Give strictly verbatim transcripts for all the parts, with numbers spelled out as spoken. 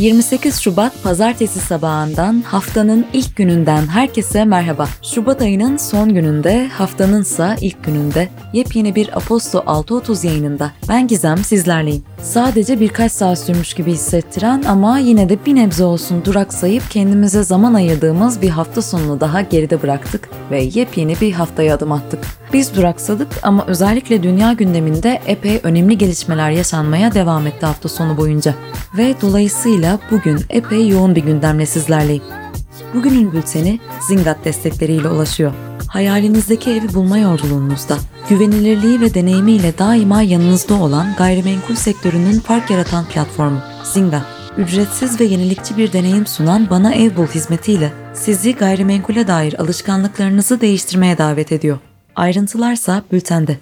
yirmi sekiz Şubat Pazartesi sabahından, haftanın ilk gününden herkese merhaba. Şubat ayının son gününde, haftanınsa ilk gününde yepyeni bir Aposto altı otuz yayınında ben Gizem sizlerleyim. Sadece birkaç saat sürmüş gibi hissettiren ama yine de bir nebze olsun duraksayıp kendimize zaman ayırdığımız bir hafta sonunu daha geride bıraktık ve yepyeni bir haftaya adım attık. Biz duraksadık ama özellikle dünya gündeminde epey önemli gelişmeler yaşanmaya devam etti hafta sonu boyunca. Ve dolayısıyla bugün epey yoğun bir gündemle sizlerleyim. Bugünün bülteni Zingat destekleriyle ulaşıyor. Hayalinizdeki evi bulma yolculuğunuzda, güvenilirliği ve deneyimiyle daima yanınızda olan gayrimenkul sektörünün fark yaratan platformu Zingat, ücretsiz ve yenilikçi bir deneyim sunan Bana Ev Bul hizmetiyle sizi gayrimenkule dair alışkanlıklarınızı değiştirmeye davet ediyor. Ayrıntılarsa bültende.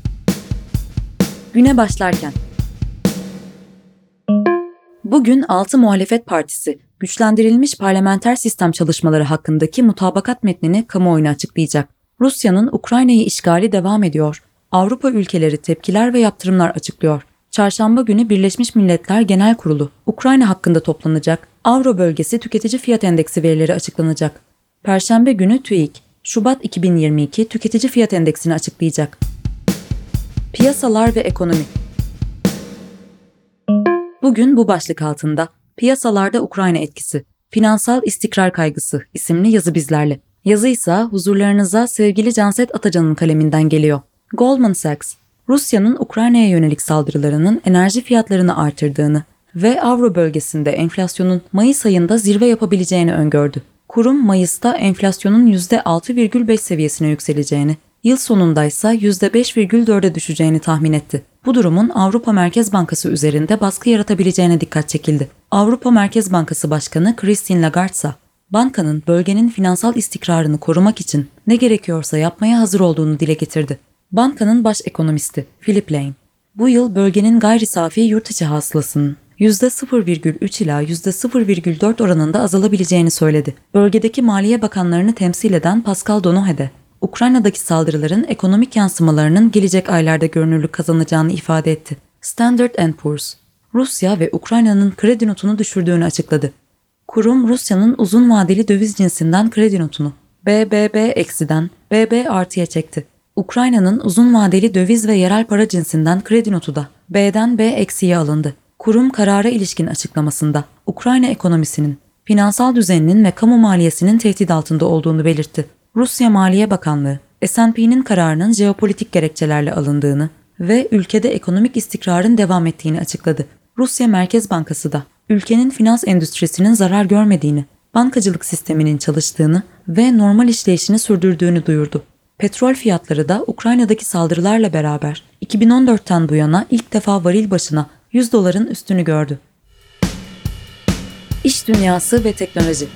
Güne başlarken. Bugün altı Muhalefet Partisi, güçlendirilmiş parlamenter sistem çalışmaları hakkındaki mutabakat metnini kamuoyuna açıklayacak. Rusya'nın Ukrayna'yı işgali devam ediyor. Avrupa ülkeleri tepkiler ve yaptırımlar açıklıyor. Çarşamba günü Birleşmiş Milletler Genel Kurulu, Ukrayna hakkında toplanacak. Avro bölgesi tüketici fiyat endeksi verileri açıklanacak. Perşembe günü TÜİK, Şubat iki bin yirmi iki tüketici fiyat endeksini açıklayacak. Piyasalar ve ekonomi. Bugün bu başlık altında Piyasalarda Ukrayna etkisi, finansal istikrar kaygısı isimli yazı bizlerle. Yazı ise huzurlarınıza sevgili Canset Atacan'ın kaleminden geliyor. Goldman Sachs, Rusya'nın Ukrayna'ya yönelik saldırılarının enerji fiyatlarını artırdığını ve Avro bölgesinde enflasyonun Mayıs ayında zirve yapabileceğini öngördü. Kurum Mayıs'ta enflasyonun yüzde altı virgül beş seviyesine yükseleceğini, yıl sonundaysa yüzde beş virgül dörde düşeceğini tahmin etti. Bu durumun Avrupa Merkez Bankası üzerinde baskı yaratabileceğine dikkat çekildi. Avrupa Merkez Bankası Başkanı Christine Lagarde ise bankanın bölgenin finansal istikrarını korumak için ne gerekiyorsa yapmaya hazır olduğunu dile getirdi. Bankanın baş ekonomisti Philip Lane, bu yıl bölgenin gayri safi yurt içi hasılasının yüzde sıfır virgül üç ila yüzde sıfır virgül dört oranında azalabileceğini söyledi. Bölgedeki maliye bakanlarını temsil eden Pascal Donohue de Ukrayna'daki saldırıların ekonomik yansımalarının gelecek aylarda görünürlük kazanacağını ifade etti. Standard and Poor's, Rusya ve Ukrayna'nın kredi notunu düşürdüğünü açıkladı. Kurum Rusya'nın uzun vadeli döviz cinsinden kredi notunu B B B-'den B B artıya çekti. Ukrayna'nın uzun vadeli döviz ve yerel para cinsinden kredi notu da B'den B-'ye alındı. Kurum karara ilişkin açıklamasında Ukrayna ekonomisinin, finansal düzeninin ve kamu maliyesinin tehdit altında olduğunu belirtti. Rusya Maliye Bakanlığı, S and P'nin kararının jeopolitik gerekçelerle alındığını ve ülkede ekonomik istikrarın devam ettiğini açıkladı. Rusya Merkez Bankası da ülkenin finans endüstrisinin zarar görmediğini, bankacılık sisteminin çalıştığını ve normal işleyişini sürdürdüğünü duyurdu. Petrol fiyatları da Ukrayna'daki saldırılarla beraber iki bin on dörtten bu yana ilk defa varil başına yüz doların üstünü gördü. İş dünyası ve teknoloji.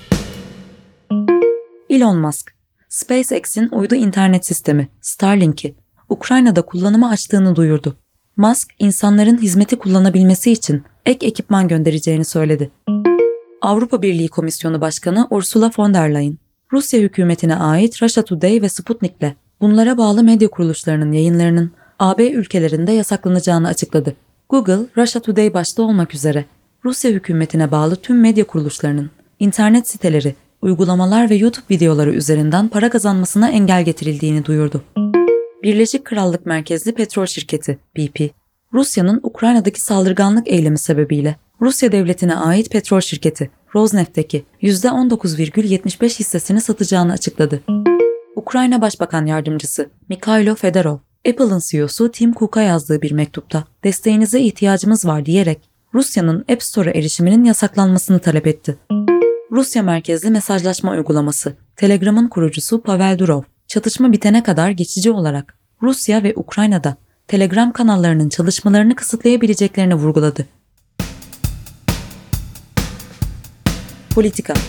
Elon Musk, SpaceX'in uydu internet sistemi Starlink'i Ukrayna'da kullanıma açtığını duyurdu. Musk, insanların hizmeti kullanabilmesi için ek ekipman göndereceğini söyledi. Avrupa Birliği Komisyonu Başkanı Ursula von der Leyen, Rusya hükümetine ait Russia Today ve Sputnik'le bunlara bağlı medya kuruluşlarının yayınlarının A B ülkelerinde yasaklanacağını açıkladı. Google, Russia Today başta olmak üzere Rusya hükümetine bağlı tüm medya kuruluşlarının internet siteleri, uygulamalar ve YouTube videoları üzerinden para kazanmasına engel getirildiğini duyurdu. Birleşik Krallık merkezli petrol şirketi B P, Rusya'nın Ukrayna'daki saldırganlık eylemi sebebiyle Rusya devletine ait petrol şirketi Rosneft'teki yüzde on dokuz virgül yetmiş beş hissesini satacağını açıkladı. Ukrayna Başbakan Yardımcısı Mikhailo Fedorov, Apple'ın C E O'su Tim Cook'a yazdığı bir mektupta desteğinize ihtiyacımız var diyerek Rusya'nın App Store'a erişiminin yasaklanmasını talep etti. Rusya merkezli mesajlaşma uygulaması Telegram'ın kurucusu Pavel Durov, çatışma bitene kadar geçici olarak Rusya ve Ukrayna'da Telegram kanallarının çalışmalarını kısıtlayabileceklerini vurguladı. Politika.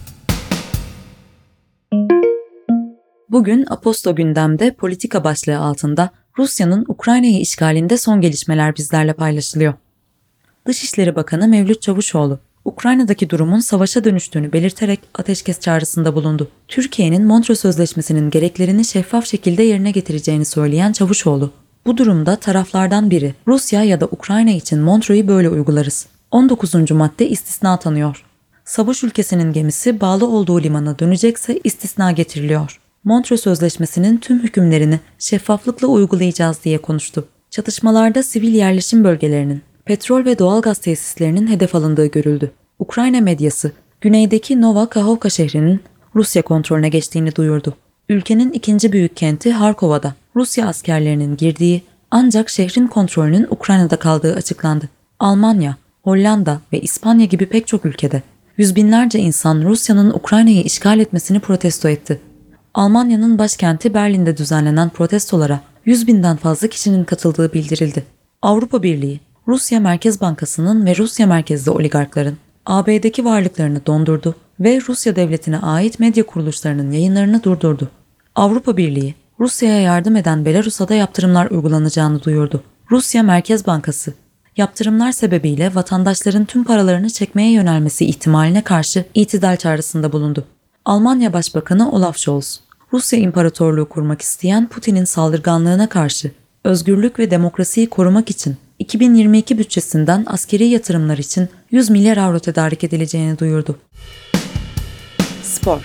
Bugün Aposto gündemde politika başlığı altında Rusya'nın Ukrayna'yı işgalinde son gelişmeler bizlerle paylaşılıyor. Dışişleri Bakanı Mevlüt Çavuşoğlu, Ukrayna'daki durumun savaşa dönüştüğünü belirterek ateşkes çağrısında bulundu. Türkiye'nin Montreux Sözleşmesi'nin gereklerini şeffaf şekilde yerine getireceğini söyleyen Çavuşoğlu, bu durumda taraflardan biri Rusya ya da Ukrayna için Montreux'u böyle uygularız. on dokuzuncu madde istisna tanıyor. Savaş ülkesinin gemisi bağlı olduğu limana dönecekse istisna getiriliyor. Montreux Sözleşmesi'nin tüm hükümlerini şeffaflıkla uygulayacağız diye konuştu. Çatışmalarda sivil yerleşim bölgelerinin, petrol ve doğalgaz tesislerinin hedef alındığı görüldü. Ukrayna medyası, güneydeki Nova Kahovka şehrinin Rusya kontrolüne geçtiğini duyurdu. Ülkenin ikinci büyük kenti Harkova'da Rusya askerlerinin girdiği ancak şehrin kontrolünün Ukrayna'da kaldığı açıklandı. Almanya, Hollanda ve İspanya gibi pek çok ülkede yüz binlerce insan Rusya'nın Ukrayna'yı işgal etmesini protesto etti. Almanya'nın başkenti Berlin'de düzenlenen protestolara yüz binden fazla kişinin katıldığı bildirildi. Avrupa Birliği, Rusya Merkez Bankası'nın ve Rusya merkezli oligarkların A B D'deki varlıklarını dondurdu ve Rusya devletine ait medya kuruluşlarının yayınlarını durdurdu. Avrupa Birliği, Rusya'ya yardım eden Belarus'a da yaptırımlar uygulanacağını duyurdu. Rusya Merkez Bankası, yaptırımlar sebebiyle vatandaşların tüm paralarını çekmeye yönelmesi ihtimaline karşı itidal çağrısında bulundu. Almanya Başbakanı Olaf Scholz, Rusya İmparatorluğu kurmak isteyen Putin'in saldırganlığına karşı özgürlük ve demokrasiyi korumak için iki bin yirmi iki bütçesinden askeri yatırımlar için yüz milyar avro tedarik edileceğini duyurdu. Spor.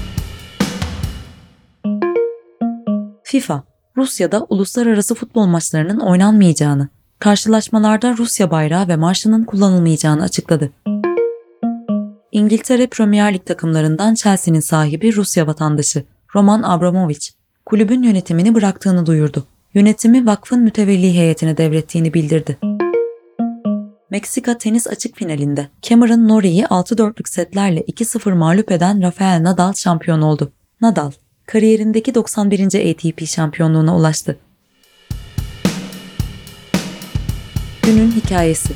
FIFA, Rusya'da uluslararası futbol maçlarının oynanmayacağını, karşılaşmalarda Rusya bayrağı ve marşının kullanılmayacağını açıkladı. İngiltere Premier Lig takımlarından Chelsea'nin sahibi Rusya vatandaşı Roman Abramovich, kulübün yönetimini bıraktığını duyurdu. Yönetimi vakfın mütevelli heyetine devrettiğini bildirdi. Meksika tenis açık finalinde Cameron Norrie'yi altı dörtlük setlerle iki sıfır mağlup eden Rafael Nadal şampiyon oldu. Nadal, kariyerindeki doksan birinci A T P şampiyonluğuna ulaştı. Günün hikayesi.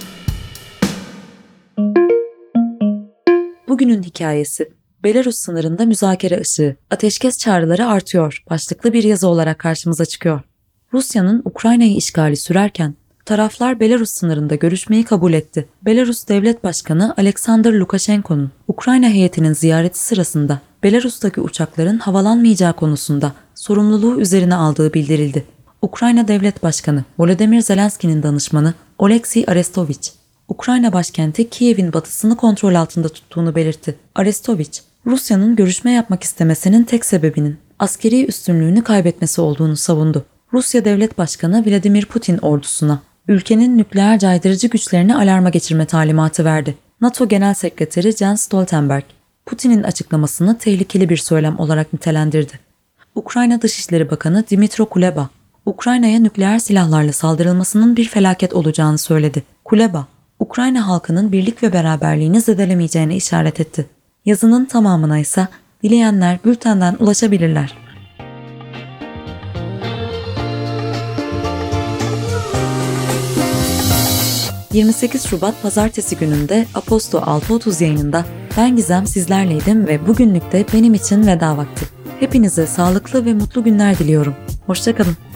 Bugünün hikayesi, Belarus sınırında müzakere ışığı, ateşkes çağrıları artıyor başlıklı bir yazı olarak karşımıza çıkıyor. Rusya'nın Ukrayna'yı işgali sürerken, taraflar Belarus sınırında görüşmeyi kabul etti. Belarus Devlet Başkanı Alexander Lukashenko'nun Ukrayna heyetinin ziyareti sırasında Belarus'taki uçakların havalanmayacağı konusunda sorumluluğu üzerine aldığı bildirildi. Ukrayna Devlet Başkanı Volodymyr Zelenski'nin danışmanı Oleksiy Arestovich, Ukrayna başkenti Kiev'in batısını kontrol altında tuttuğunu belirtti. Arestovich, Rusya'nın görüşme yapmak istemesinin tek sebebinin askeri üstünlüğünü kaybetmesi olduğunu savundu. Rusya Devlet Başkanı Vladimir Putin ordusuna ülkenin nükleer caydırıcı güçlerini alarma geçirme talimatı verdi. NATO Genel Sekreteri Jens Stoltenberg, Putin'in açıklamasını tehlikeli bir söylem olarak nitelendirdi. Ukrayna Dışişleri Bakanı Dmytro Kuleba, Ukrayna'ya nükleer silahlarla saldırılmasının bir felaket olacağını söyledi. Kuleba, Ukrayna halkının birlik ve beraberliğini zedelemeyeceğine işaret etti. Yazının tamamına ise dileyenler bültenden ulaşabilirler. yirmi sekiz Şubat Pazartesi gününde Aposto altı otuz yayınında ben Gizem sizlerleydim ve bugünlük de benim için veda vakti. Hepinize sağlıklı ve mutlu günler diliyorum. Hoşça kalın.